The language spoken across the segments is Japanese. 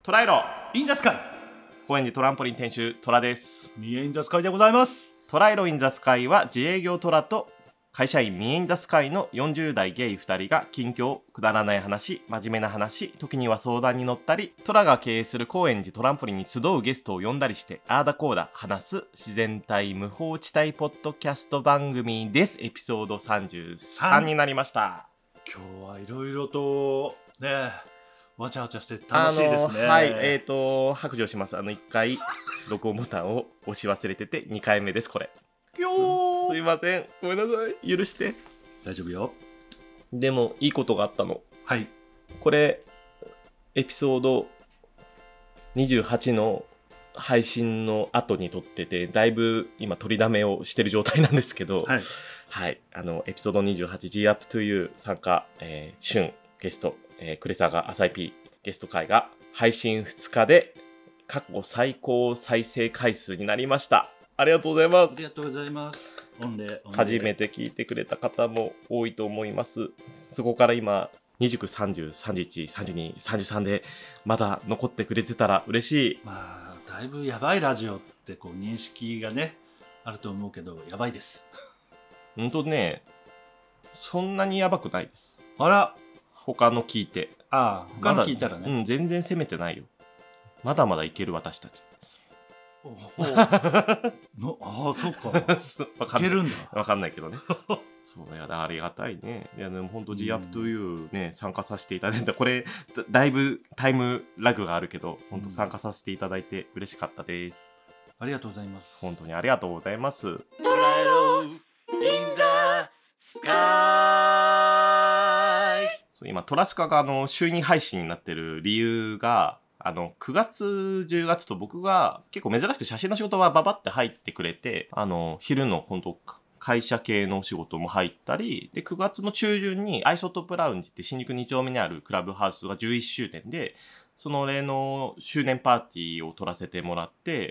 トライロインザスカイ高円寺トランポリン店主トラです。 ミエインザスカイでございます。 トライロインザスカイは自営業トラと会社員ミエインザスカイの40代ゲイ2人が近況、くだらない話、真面目な話、時には相談に乗ったり、トラが経営する高円寺トランポリンに集うゲストを呼んだりしてあーだこーだ話す自然体無法地帯ポッドキャスト番組です。エピソード33になりました。 今日はいろいろとねわちゃわちゃして楽しいですね。 はい、白状します。1回録音ボタンを押し忘れてて2回目です。これすいません、ごめんなさい、許して。 大丈夫よ。 でもいいことがあったの。 はい、 これエピソード28の配信の後に撮ってて、だいぶ今取りだめをしてる状態なんですけど、 はい、 はい、エピソード 28G Up to You 参加、旬ゲスト、クレサガアサイピーゲスト会が配信2日で過去最高再生回数になりました。ありがとうございます。 ありがとうございます。 初めて聞いてくれた方も多いと思います。そこから今29、30、31、32、33でまだ残ってくれてたら嬉しい。 まあだいぶやばいラジオってこう認識がねあると思うけど、やばいです。 ほんとね、そんなにやばくないです。 あら、 他の聞いて。 他の聞いたらね、 全然攻めてないよ。まだまだいける私たち。 そうかいけるんだ。 わかんないけどね。そうやだ、ありがたいね。いやでも本当 G Up to You ね、参加させていただいた。これだいぶタイムラグがあるけど、本当参加させていただいて嬉しかったです。 ありがとうございます。 本当にありがとうございます。 トライロインザスカイ。 そう今トラスカが週2配信になってる理由が、9月10月と僕が結構珍しく写真の仕事はババって入ってくれて、昼の本当会社系の仕事も入ったりで、9月の中旬にアイソトップラウンジって新宿2丁目にあるクラブハウスが11周年で、その例の周年パーティーを撮らせてもらって、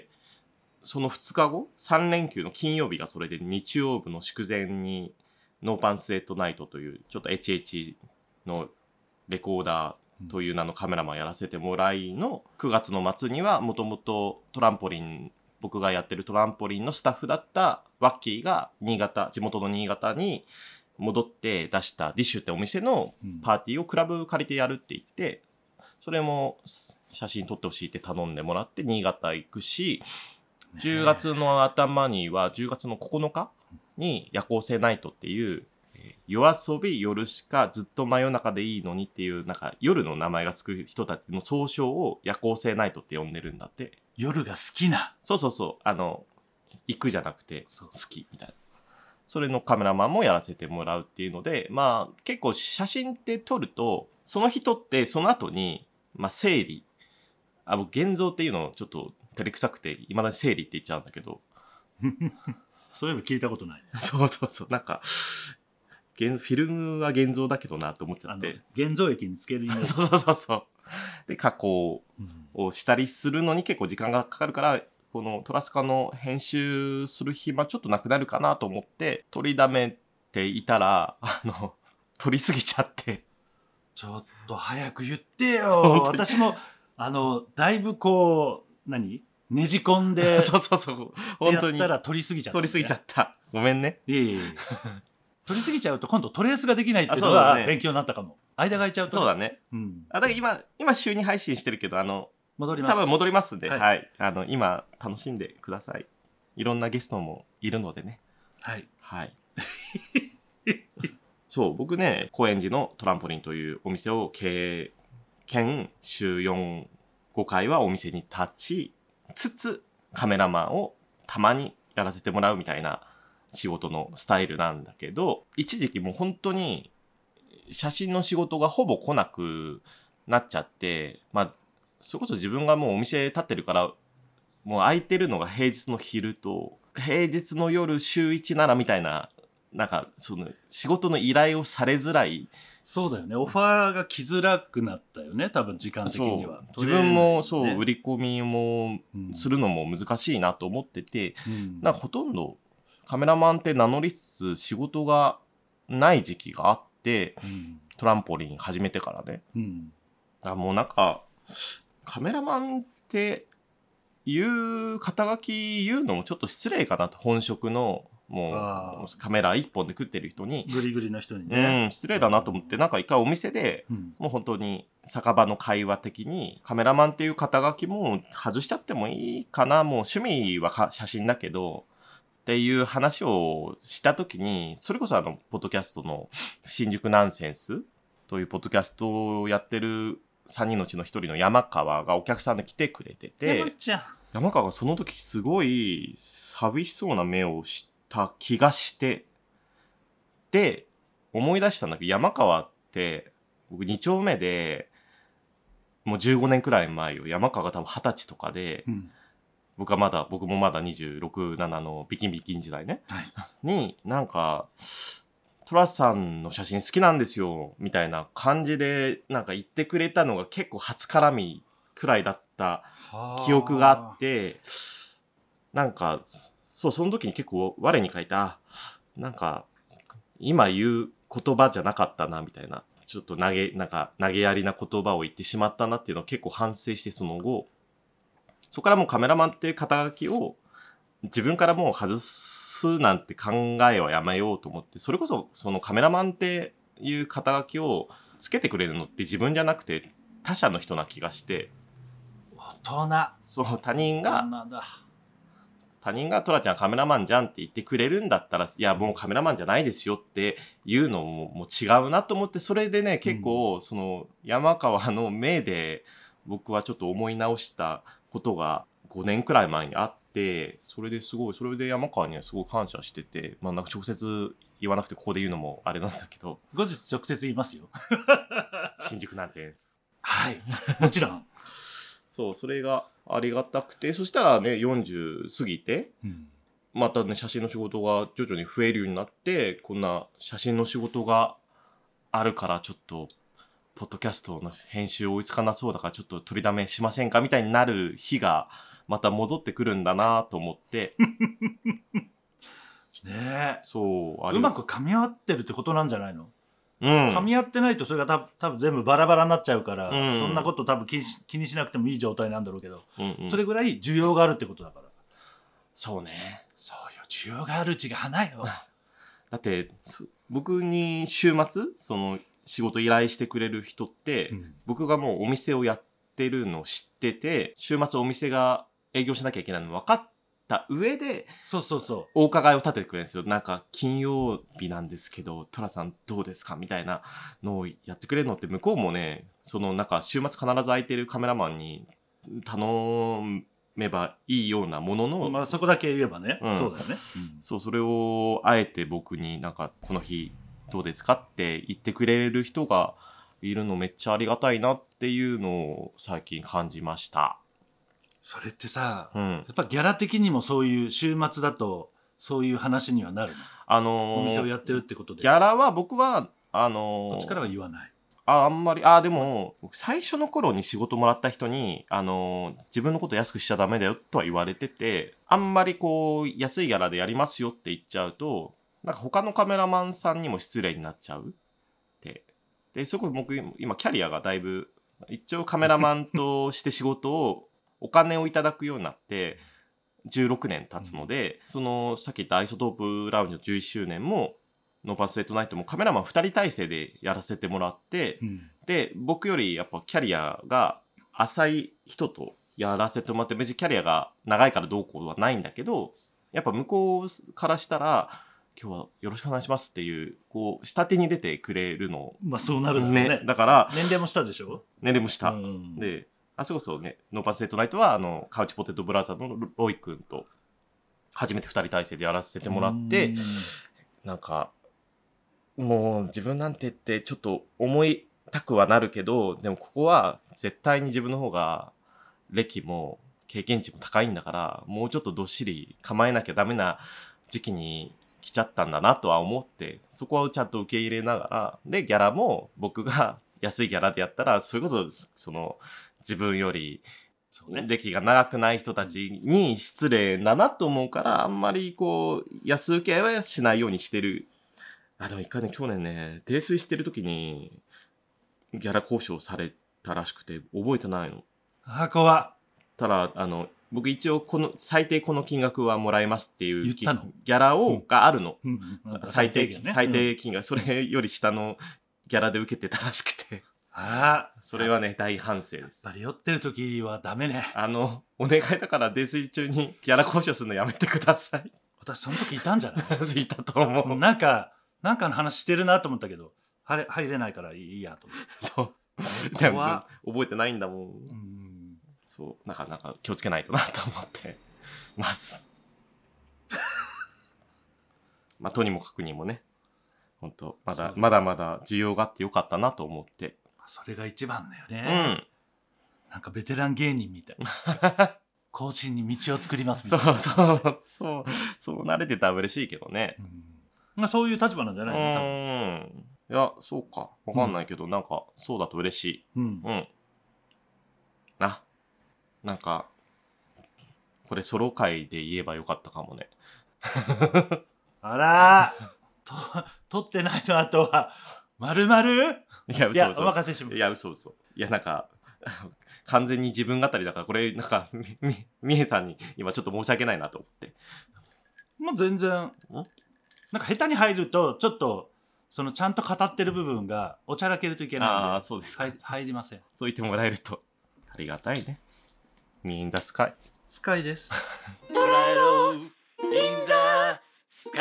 その2日後3連休の金曜日がそれで、日曜日の祝前にノーパンスエットナイトというちょっと HH のレコーダーという名のカメラマンやらせてもらいの、9月の末にはもともとトランポリン、僕がやってるトランポリンのスタッフだったワッキーが地元の新潟に戻って出したディッシュってお店のパーティーをクラブ借りてやるって言って、それも写真撮ってほしいって頼んでもらって新潟行くし、10月の頭には10月の9日に夜行性ナイトっていう夜遊び夜しかずっと真夜中でいいのにっていう、なんか夜の名前がつく人たちの総称を夜行性ナイトって呼んでるんだって。 夜が好きな。 そう行くじゃなくてそう好きみたいな。それのカメラマンもやらせてもらうっていうので、まあ結構写真って撮ると、その人ってその後に整理、僕現像っていうのをちょっと照れくさくて未だに整理って言っちゃうんだけどそういえば聞いたことない。 そうなんかフィルムは現像だけどなと思っちゃって、 現像液につけるイメージ。 そうで加工をしたりするのに結構時間がかかるから、このトラスカの編集する暇ちょっとなくなるかなと思って取りだめていたら、撮りすぎちゃって。 ちょっと早く言ってよ。私もだいぶこうねじ込んでそう本当にやったら撮りすぎちゃった、 ごめんね。 いえ撮りすぎちゃうと今度トレースができないっていうのが勉強になったかも。間が空いちゃうと。 そうだね。だから今週に配信してるけど、 戻ります。 多分戻りますんで、 はい、 今楽しんでください。いろんなゲストもいるのでね。はいそう僕ね、高円寺のトランポリンというお店を経営兼週4、5回はお店に立ちつつカメラマンをたまにやらせてもらうみたいな仕事のスタイルなんだけど、一時期もう本当に写真の仕事がほぼ来なくなっちゃって、それこそ自分がもうお店立ってるから、もう空いてるのが平日の昼と平日の夜週1ならみたいな、なんかその仕事の依頼をされづらい。 そうだよね。オファーが来づらくなったよね。多分時間的には。 自分も売り込みもするのも難しいなと思ってて、なんかほとんどカメラマンって名乗りつつ仕事がない時期があって、トランポリン始めてからね。もうなんかカメラマンっていう肩書き言うのもちょっと失礼かなと。本職のもうカメラ一本で食ってる人にグリグリの人にね、 失礼だなと思って、なんか一回お店で、もう本当に酒場の会話的にカメラマンっていう肩書きも外しちゃってもいいかな、もう趣味は写真だけどっていう話をした時に、それこそポッドキャストの新宿ナンセンスというポッドキャストをやってる3人のうちの1人の山川がお客さんで来てくれてて、山川がその時すごい寂しそうな目をした気がして、で思い出したんだけど、山川って僕2丁目でもう15年くらい前よ。山川が多分20歳とかで、僕もまだ26、7のビキンビキン時代ね、になんかトラさんの写真好きなんですよみたいな感じでなんか言ってくれたのが結構初絡みくらいだった記憶があって、なんかその時に結構我に返った、なんか今言う言葉じゃなかったなみたいな、ちょっと投げやりな言葉を言ってしまったなっていうのを結構反省して、その後そこからもうカメラマンっていう肩書きを自分からもう外すなんて考えはやめようと思って、それこそそのカメラマンっていう肩書きをつけてくれるのって自分じゃなくて他者の人な気がして、 大人、 そう他人がトラちゃんカメラマンじゃんって言ってくれるんだったら、いやもうカメラマンじゃないですよっていうのも違うなと思って、それでね結構その山川の目で僕はちょっと思い直したことが5年くらい前にあって、それで山川にはすごい感謝してて、まあなんか直接言わなくてここで言うのもあれなんだけど、 後日直接言いますよ。 新宿なんてです。 はいもちろん。 そう、それがありがたくて、そしたらね40過ぎて、またね写真の仕事が徐々に増えるようになって、こんな写真の仕事があるからちょっとポッドキャストの編集追いつかなそうだからちょっと取りだめしませんかみたいになる日がまた戻ってくるんだなと思ってねえ、 そううまく噛み合ってるってことなんじゃないの？ 噛み合ってないとそれが多分全部バラバラになっちゃうから、そんなこと多分気にしなくてもいい状態なんだろうけど、それぐらい需要があるってことだから。 そうね、 そうよ、需要があるうちが花よ。 だって僕に週末その仕事依頼してくれる人って、僕がもうお店をやってるのを知ってて、週末お店が営業しなきゃいけないの分かった上で、お伺いを立ててくれるんですよ。なんか金曜日なんですけどトラさんどうですかみたいなのをやってくれるのって、向こうもね、そのなんか週末必ず空いてるカメラマンに頼めばいいようなものの、 まあそこだけ言えばね、そうだよね、 そう、それをあえて僕になんかこの日どうですかって言ってくれる人がいるのめっちゃありがたいなっていうのを最近感じました。 それってさ、やっぱギャラ的にもそういう週末だとそういう話にはなるの？お店をやってるってことで。 ギャラは僕はこっちからは言わない。 あんまりでも最初の頃に仕事もらった人に自分のこと安くしちゃダメだよとは言われてて、あんまりこう安いギャラでやりますよって言っちゃうとなんか他のカメラマンさんにも失礼になっちゃうって。でそこ僕今キャリアがだいぶ一応カメラマンとして仕事をお金をいただくようになって16年経つので、そのさっき言ったアイソトープラウンジの11周年もノーパスレッドナイトもカメラマン2人体制でやらせてもらって、で僕よりやっぱキャリアが浅い人とやらせてもらって、別にキャリアが長いからどうこうはないんだけど、やっぱ向こうからしたら今日はよろしくお願いしますっていうこう下手に出てくれるの、 まあそうなるだろうね。 だから年齢も下でしょ？ 年齢も下、でそれこそねノーパスレッドナイトはカウチポテトブラザーのロイ君と初めて2人体制でやらせてもらって、なんかもう自分なんてってちょっと思いたくはなるけど、でもここは絶対に自分の方が歴も経験値も高いんだから、もうちょっとどっしり構えなきゃダメな時期に来ちゃったんだなとは思って、そこはちゃんと受け入れながら、でギャラも僕が安いギャラでやったら、それこそその自分より歴が長くない人たちに失礼だなと思うから、あんまりこう安請け合いはしないようにしてる。でも一回ね、去年ね泥酔してる時にギャラ交渉されたらしくて覚えてないの。 怖ただ僕一応最低この金額はもらえますっていう言ったのギャラがあるの、最低限ね。 最低金額、それより下のギャラで受けてたらしくてあら、 それはね大反省です。 やっぱり酔ってる時はダメね。 お願いだから泥酔中にギャラ交渉するのやめてください。 私その時いたんじゃないいたと思う。 なんかの話してるなと思ったけど入れないからいいやと思って。 そうでも覚えてないんだもん。そうなかなか気をつけないとなと思ってますまあとにもかくにもね、本当まだまだ需要があってよかったなと思って、 それが一番だよね。なんかベテラン芸人みたいな後進に道を作りますみたいな。 そう慣れてたら嬉しいけどね。 そういう立場なんじゃないの？多分いやそうかわかんないけど、なんかそうだと嬉しい。なんかこれソロ会で言えばよかったかもねあら撮ってないのあとは丸々 いやお任せします。 いや嘘いやなんか完全に自分語りだから、これなんかみえさんに今ちょっと申し訳ないなと思って。 もう全然なんか下手に入るとちょっとそのちゃんと語ってる部分がおちゃらけるといけないんで、 そうですか。 入りません。 そう言ってもらえるとありがたいね。Me in the sky。 スカイです。 捉えろ In the sky。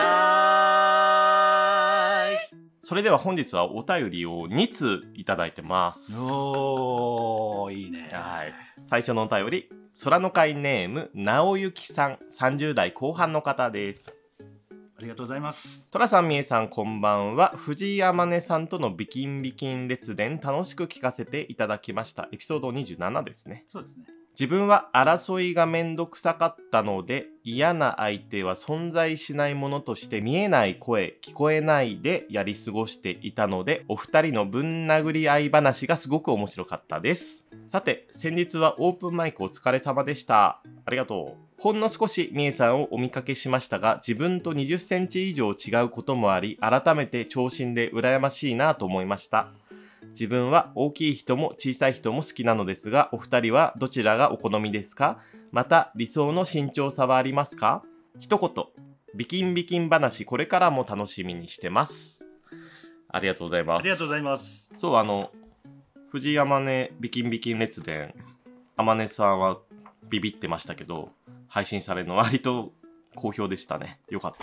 それでは本日はお便りを2通いただいてます。 おー、いいね。 はい。最初のお便り、空の会ネームなおゆきさん、30代後半の方です。 ありがとうございます。 トラさん、みえさん、こんばんは。藤井あまねさんとのビキンビキン列伝、楽しく聞かせていただきました。エピソード27ですね。 そうですね。 自分は争いがめんどくさかったので、嫌な相手は存在しないものとして見えない声、聞こえないでやり過ごしていたので、お二人のぶん殴り合い話がすごく面白かったです。さて、先日はオープンマイクお疲れ様でした。ありがとう。ほんの少しみえさんをお見かけしましたが、自分と20センチ以上違うこともあり、改めて長身で羨ましいなと思いました。自分は大きい人も小さい人も好きなのですが、お二人はどちらがお好みですか？また理想の身長差はありますか？一言、ビキンビキン話これからも楽しみにしてます。ありがとうございます。 ありがとうございます。 そう、藤井あまねビキンビキン列伝、あまねさんはビビってましたけど、配信されるの割と好評でしたね。よかった。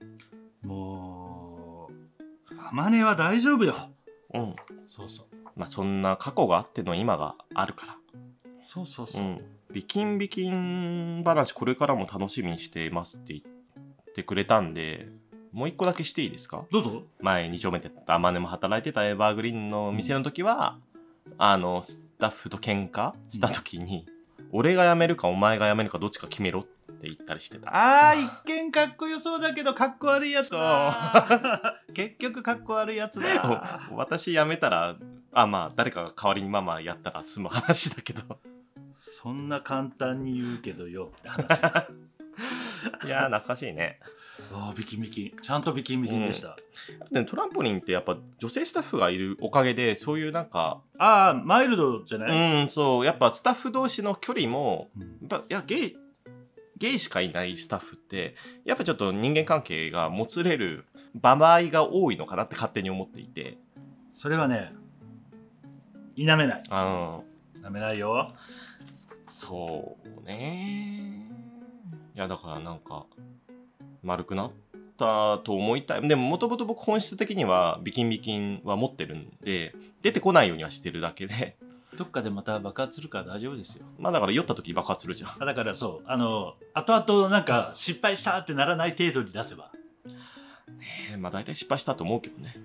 もうあまねは大丈夫よ。そうそう。 まあそんな過去があっての今があるから。 そう、 ビキンビキン話これからも楽しみにしてますって言ってくれたんで、もう一個だけしていいですか？ どうぞ。 前2丁目であまねも働いてたエバーグリーンの店の時は、スタッフと喧嘩した時に、俺が辞めるかお前が辞めるかどっちか決めろって言ったりしてた。 一見かっこよそうだけどかっこ悪いやつだ。結局かっこ悪いやつだ。 私辞めたらまあ誰かが代わりにママやったら済む話だけどそんな簡単に言うけどよって話。 いや懐かしいね。 ビキンビキンちゃんとビキンビキンでした。 でトランポリンってやっぱ女性スタッフがいるおかげで、そういうなんかマイルドじゃない？ そうやっぱスタッフ同士の距離も、やっぱいやゲイしかいないスタッフってやっぱちょっと人間関係がもつれる場合が多いのかなって勝手に思っていて、 それはね否めない。否めないよ。 そうね。いやだからなんか丸くなったと思いたい。でももともと僕本質的にはビキンビキンは持ってるんで、出てこないようにはしてるだけで、 どっかでまた爆発するから大丈夫ですよ。 まあだから酔った時爆発するじゃん。 だからそう後々なんか失敗したってならない程度に出せばまあ大体失敗したと思うけどね。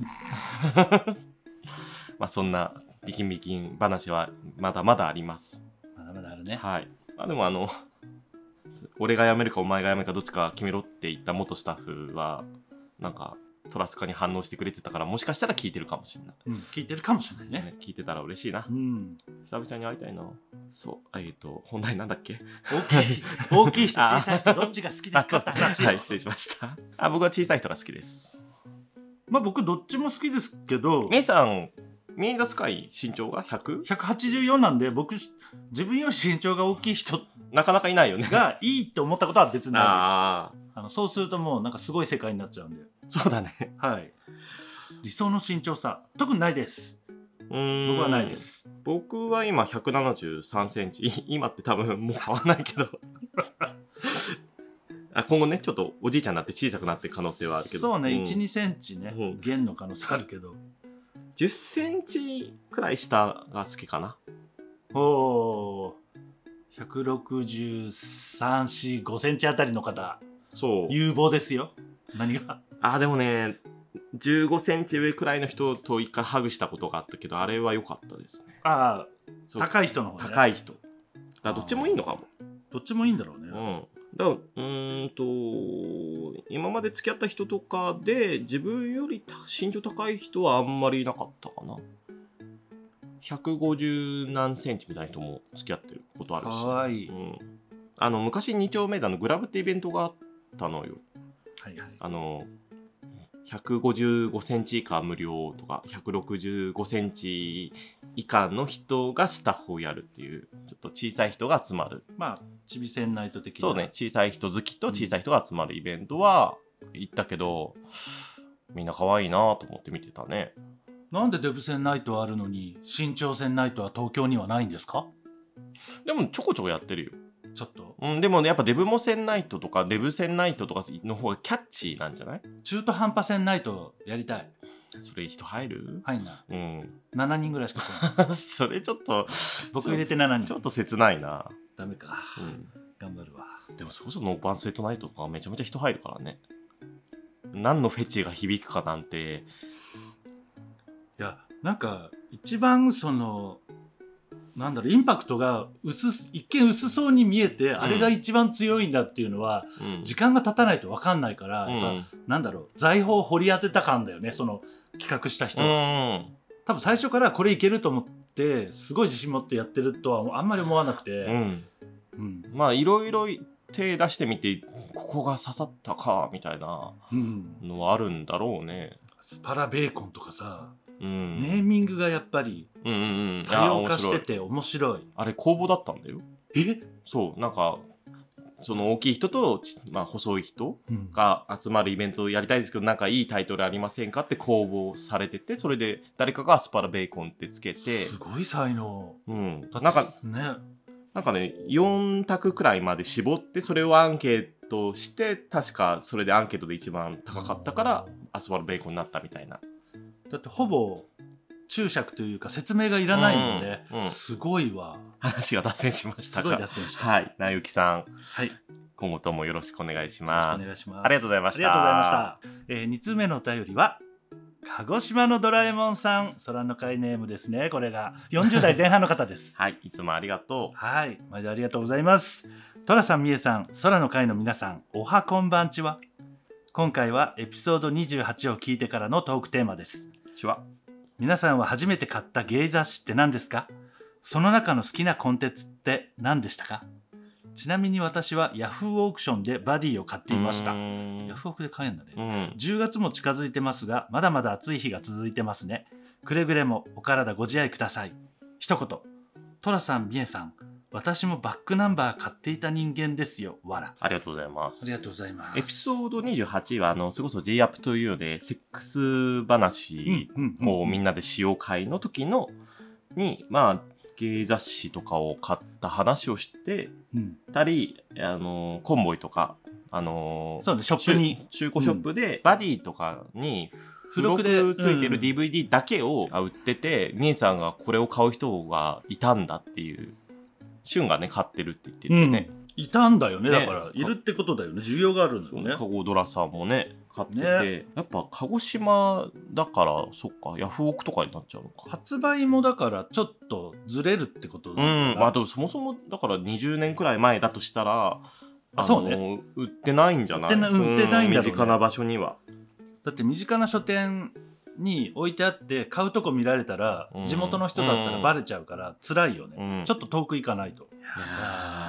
まあそんなビキンビキン話はまだまだあります。 まだまだあるね。 はい。でも俺が辞めるかお前が辞めるかどっちか決めろって言った元スタッフはなんかトラスカに反応してくれてたから、もしかしたら聞いてるかもしれない。 聞いてるかもしれないね。 聞いてたら嬉しいな。久々に会いたいな。そう、本題なんだっけ？ 大きい人小さい人どっちが好きですかって話。 はい、失礼しました。僕は小さい人が好きです。 まあ僕どっちも好きですけど。 みえさんミーンザスカイ身長が 100？ 184なんで、僕自分より身長が大きい人なかなかいないよね。 がいいって思ったことは別にないあです。そうするともうなんかすごい世界になっちゃうんで。 そうだね。 はい。理想の身長差特にないです。僕はないです。 僕は今173センチ。今って多分もう変わんないけど今後ねちょっとおじいちゃんになって小さくなってる可能性はあるけど、 そうね、12センチね、減の可能性あるけど、 10センチくらい下が好きかな。 おー、163、4、5センチあたりの方、 そう有望ですよ。何が？ でもね15センチ上くらいの人と一回ハグしたことがあったけど、あれは良かったですね。 高い人の方ね。 高い人だ、どっちもいいのかも。 どっちもいいんだろうね。 今まで付き合った人とかで自分より身長高い人はあんまりいなかったかな。150何センチみたいな人も付き合ってることあるし。 かわいい。 昔2丁目でグラブってイベントがあったのよ。 はいはい。 155センチ以下無料とか165センチ以下の人がスタッフをやるっていう、ちょっと小さい人が集まる、 チビセンナイト的な。 そうね、小さい人好きと小さい人が集まるイベントは行ったけど、みんな可愛いなと思って見てたね。 なんでデブ戦ナイトはあるのに身長戦ナイトは東京にはないんですか？ でもちょこちょこやってるよ。 ちょっと、 でもねやっぱデブモ戦ナイトとかデブ戦ナイトとかの方がキャッチーなんじゃない？ 中途半端戦ナイトやりたい。 それ人入る？ 入んな。 7 人ぐらいしか来ないそれちょっと僕入れて7人。 ちょっと切ないな。 ダメか、頑張るわ。 でもそこそノーパンスウェットナイトとかめちゃめちゃ人入るからね。何のフェチが響くかなんて。 いや、なんか一番インパクトが一見薄そうに見えて、あれが一番強いんだっていうのは、時間が経たないと分かんないから、やっぱ財宝を掘り当てた感だよね、その企画した人は。多分最初からこれいけると思ってすごい自信持ってやってるとはあんまり思わなくて、 まあいろいろ手出してみてここが刺さったかみたいなのはあるんだろうね。 スパラベーコンとかさ、 ネネーミングがやっぱり多様化してて面白い。 あれ公募だったんだよ。そうなんかその大きい人と、細い人が集まるイベントをやりたいですけど、なんかいいタイトルありませんかって公募されてて、それで誰かがアスパラベーコンってつけて、 すごい才能。 なんかね4択くらいまで絞ってそれをアンケートして、確かそれでアンケートで一番高かったからアスパラベーコンになったみたいな。 だってほぼ注釈というか説明がいらないので、すごいわ。 話が脱線しましたが、 すごい脱線した。 はい、なゆきさん、今後ともよろしくお願いします。ありがとうございました。 2通目のお便りは鹿児島のドラえもんさん、空の会ネームですね。これが40代前半の方です。 はい、いつもありがとう。 はい、毎度ありがとうございます。トラさん、みえさん、空の会の皆さん、おはこんばんちは。今回はエピソード28を聞いてからのトークテーマです。皆さんは初めて買ったゲイ雑誌って何ですか？その中の好きなコンテンツって何でしたか？ちなみに私はヤフーオークションでバディを買っていました。ヤフオクで買えんだね。10月も近づいてますが、まだまだ暑い日が続いてますね。くれぐれもお体ご自愛ください。一言、トラさん、みえさん、私もバックナンバー買っていた人間ですよ。わら。 ありがとうございます。 ありがとうございます。 エピソード28はそれこそ G アップというのでセックス話をみんなでしよう会の時のにゲイ雑誌とかを買った話をしてたり、コンボイとかそうね、ショップに中古ショップでバディとかに付録でついてる DVD だけを売ってて、みえさんがこれを買う人がいたんだっていう、シュンがね買ってるって言っててね、 いたんだよね。だからいるってことだよね。需要があるんだよね。 カゴドラさんもね買ってて、やっぱ鹿児島だからそっか、ヤフオクとかになっちゃうのか。 発売もだからちょっとずれるってことだでもそもそもだから20年くらい前だとしたらそうね、 売ってないんじゃない？ 売ってないんだろうね。 身近な場所には。 だって身近な書店に置いてあって買うとこ見られたら、地元の人だったらバレちゃうから辛いよね。ちょっと遠く行かないと。 いや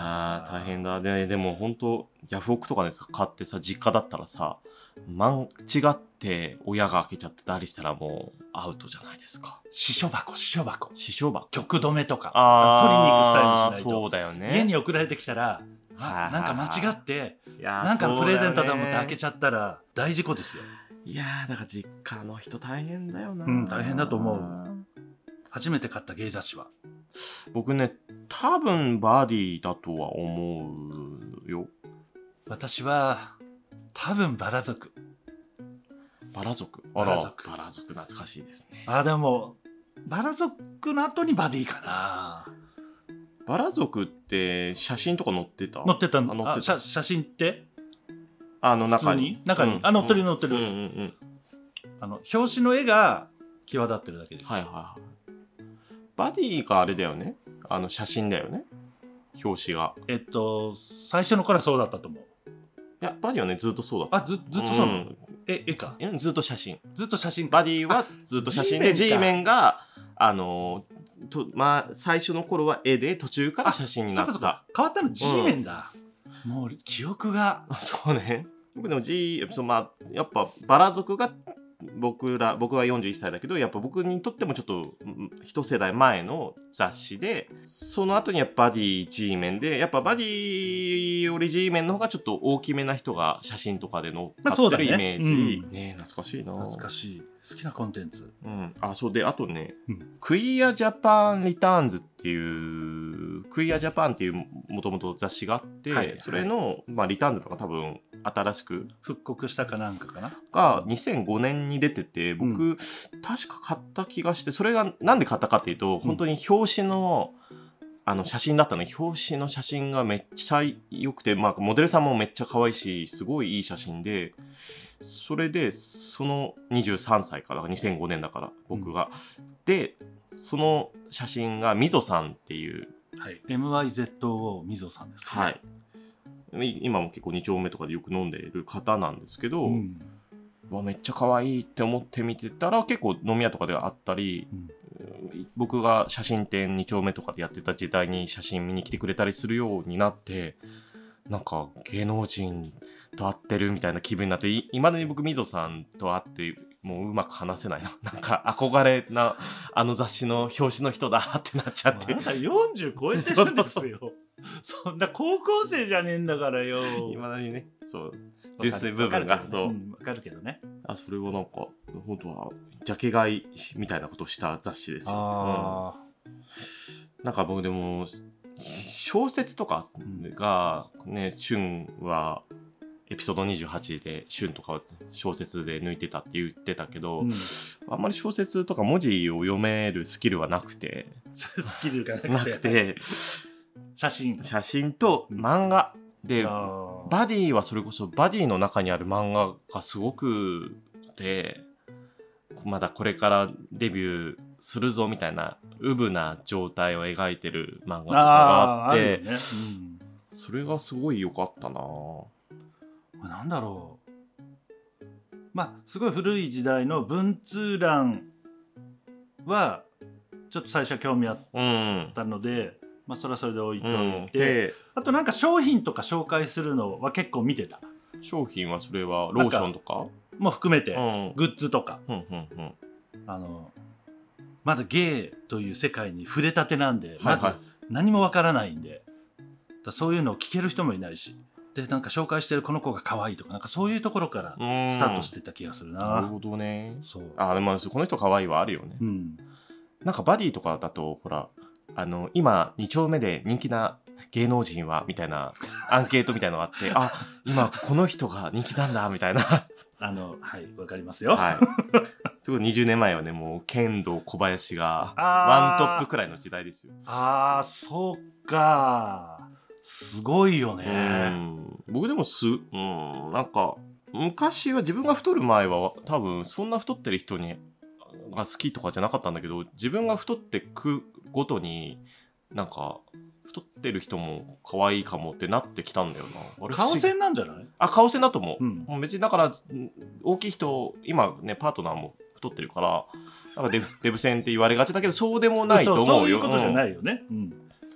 大変だ。でも本当ヤフオクとかでさ買ってさ、実家だったらさ、間違って親が開けちゃってたりしたらもうアウトじゃないですか。 私書箱支障箱、 局止めとかあ取りに行くスタイルにしないと。 そうだよね。 家に送られてきたらなんか間違ってなんかのプレゼントだと思って開けちゃったら大事故ですよ。 いやー、だから実家の人大変だよな。 大変だと思う。初めて買った芸雑誌は？ 僕ね、多分バディだとは思うよ。 私は多分バラ族。 バラ族懐かしいですね。 でもバラ族の後にバディかな。 バラ族って写真とか載ってた？ 載ってた。写真って中に載ってる、表紙の絵が際立ってるだけです。 はいはいはい。バディがあれだよね、写真だよね、表紙が。 最初の頃はそうだったと思う。 いや、バディはねずっとそうだった。 ずっとそうなの？絵か。 ずっと写真。 バディはずっと写真で、G メンが最初の頃は絵で、途中から写真になった。 そうか変わったの G メンだ。もう記憶が。 そうね。僕でもやっぱバラ族が僕は41歳だけど、やっぱ僕にとってもちょっと一世代前の雑誌で、その後にやっぱバディ G メンで、やっぱバディより G メンの方がちょっと大きめな人が写真とかで載ってるイメージ。懐かしいな。 懐かしい。好きなコンテンツ。 そうで、あとね、クイアジャパンリターンズっていうクイアジャパンっていうもともと雑誌があって、それのリターンズとか多分新しく復刻したかなんかかなが2005年に出てて、僕、確か買った気がして、それがなんで買ったかっていうと、本当に表紙の写真だったね。表紙の写真がめっちゃ良くて、モデルさんもめっちゃ可愛いし、すごいいい写真で、それでその23歳から2005年だから僕が、でその写真がみぞさんっていう、 MYZO みぞさんですね。 今も結構2丁目とかでよく飲んでいる方なんですけど、めっちゃ可愛いって思って見てたら、結構飲み屋とかであったり、僕が写真展2丁目とかでやってた時代に写真見に来てくれたりするようになって、なんか芸能人と会ってるみたいな気分になって、いまだに僕みぞさんと会ってもううまく話せないな。なんか憧れな雑誌の表紙の人だってなっちゃって。 あなた40超えてるんですよ。そんな高校生じゃねえんだからよ。 いまだにね、そう純粋部分がそう分かるけどね。 それをなんか本当はジャケ買いみたいなことをした雑誌ですよ。なんか僕でも小説とかがね、旬はエピソード28で旬とかは小説で抜いてたって言ってたけど、あんまり小説とか文字を読めるスキルはなくてスキルがなくて写真と漫画で、バディはそれこそバディの中にある漫画がすごくて、まだこれからデビューするぞみたいなうぶな状態を描いてる漫画とかがあって、それがすごい良かったな。 なんだろう、すごい古い時代の文通欄はちょっと最初は興味あったので、それはそれで置いといて、あとなんか商品とか紹介するのは結構見てた。 商品はそれはローションとかも含めて、グッズとか、まだゲイという世界に触れたてなんで、まず何もわからないんで、そういうのを聞ける人もいないし、でなんか紹介してるこの子が可愛いとか、なんかそういうところからスタートしてた気がするな。 なるほどね。 そう。 でもこの人可愛いはあるよね。なんかバディとかだとほら今2丁目で人気な芸能人はみたいなアンケートみたいなのがあって今この人が人気なんだみたいなわかりますよ。 すごい20年前はね、もう剣道小林がワントップくらいの時代ですよ。 そうか、すごいよね。 僕でもなんか昔は自分が太る前は多分そんな太ってる人が好きとかじゃなかったんだけど、自分が太ってくごとになんか太ってる人も可愛いかもってなってきたんだよな。 顔線なんじゃない？ 顔線だと思う。別にだから大きい人、今ねパートナーも太ってるから、なんかデブ線って言われがちだけど、そうでもないと思うよ。 そういうことじゃないよね。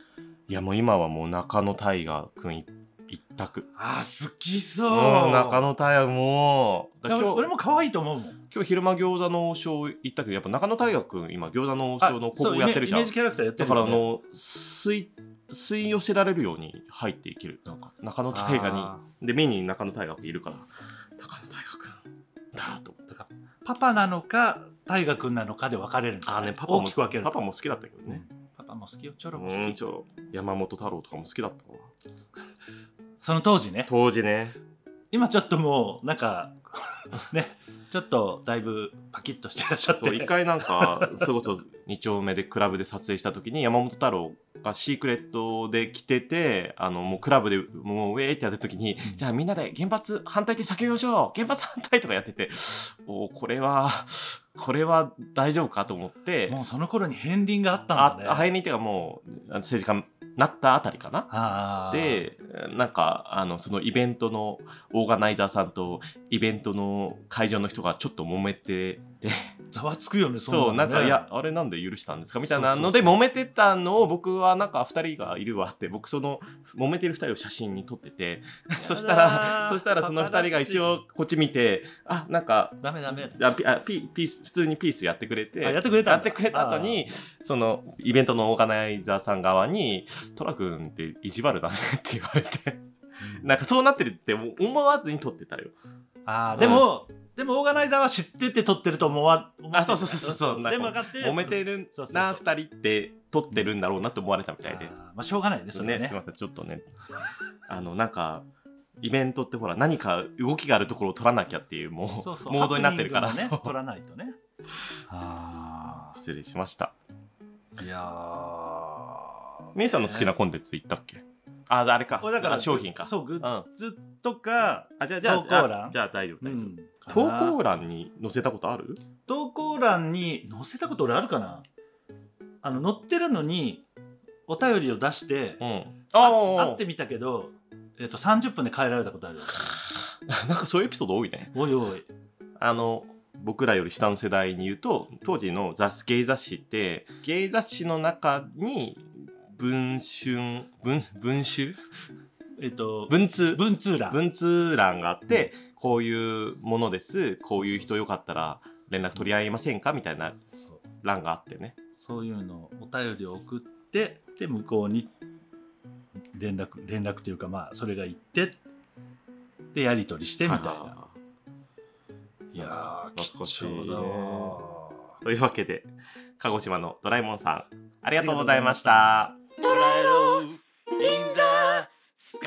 いやもう今はもう中野大河くん一択。 好きそう。 中野大河も今日俺も可愛いと思うもん。 今日昼間餃子の王将行ったけど、やっぱ中野大河くん今餃子の王将の高校やってるじゃん。 イメージキャラクターやってる、 だから吸い寄せられるように入っていける。なんか中野大河にで目に中野大河くんいるから、中野大河くんだと思ったから、 パパなのか大河くんなのかで分かれるんだよね。大きく分ける。 パパも好きだったけどね。 パパも好きよ。チョロも好き。 山本太郎とかも好きだったわ。 その当時ね。今ちょっともうなんかね、ちょっとだいぶパキッとしてらっしゃって。 そう一回なんかそれこそ2丁目でクラブで撮影した時に山本太郎がシークレットで来てて、もうクラブでもうウェーってやった時に、じゃあみんなで原発反対って叫びましょう、原発反対とかやってて、これは大丈夫かと思って。 もうその頃に片鱗があったんだね。 片鱗っていうかもう政治家なったあたりかな。でなんかそのイベントのオーガナイザーさんとイベントの会場の人がちょっと揉めてて、 ざわつくよね。 そうなんか、いやあれなんで許したんですかみたいなので揉めてたのを、僕はなんか2人がいるわって、僕その揉めてる2人を写真に撮っててそしたらその2人が一応こっち見て、なんかダメ普通にピースやってくれて、 やってくれた後にそのイベントのオーガナイザーさん側にトラ君って意地悪だねって言われてなんかそうなってるって思わずに撮ってたよ。 でもオーガナイザーは知ってて撮ってると思わそうでも分かって揉めてるな2人って撮ってるんだろうなって思われたみたいで、 しょうがないですね。 すいません、ちょっとねなんかイベントってほら何か動きがあるところを撮らなきゃっていうモードになってるから、 撮らないとね。 失礼しました。 いやみえさんの好きなコンテンツ言ったっけ？あれか。だから商品か。 そう、グッズとか、 じゃあ大丈夫。投稿欄に載せたことある？ 投稿欄に載せたこと俺あるかな？載ってるのにお便りを出して、会ってみたけど、30分で帰られたことある。 なんかそういうエピソード多いね。 おい。 僕らより下の世代に言うと、当時のゲイ雑誌ってゲイ雑誌の中に文通欄があって、こういうものです、こういう人よかったら連絡取り合いませんかみたいな欄があってね。 そういうのお便りを送って、で向こうに連絡というか、それが行ってでやり取りしてみたいな。いやー、 懐かしいね。というわけで、鹿児島のドラえもんさん、ありがとうございました。 ドラえろ in the sky。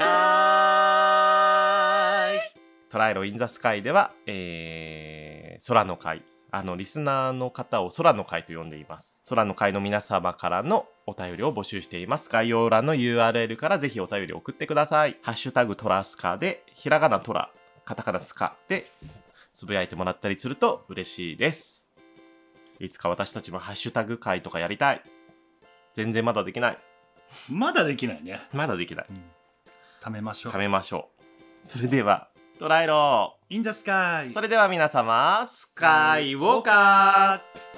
トライロインザスカイでは、空の会、リスナーの方を空の会と呼んでいます。空の会の皆様からのお便りを募集しています。概要欄の URL からぜひお便りを送ってください。ハッシュタグトラスカで、ひらがなトラ、カタカナスカでつぶやいてもらったりすると嬉しいです。いつか私たちもハッシュタグ会とかやりたい。全然まだできない。 まだできないね。 貯めましょう。それではトライロインザスカイ。 それでは皆様、スカイウォーカー。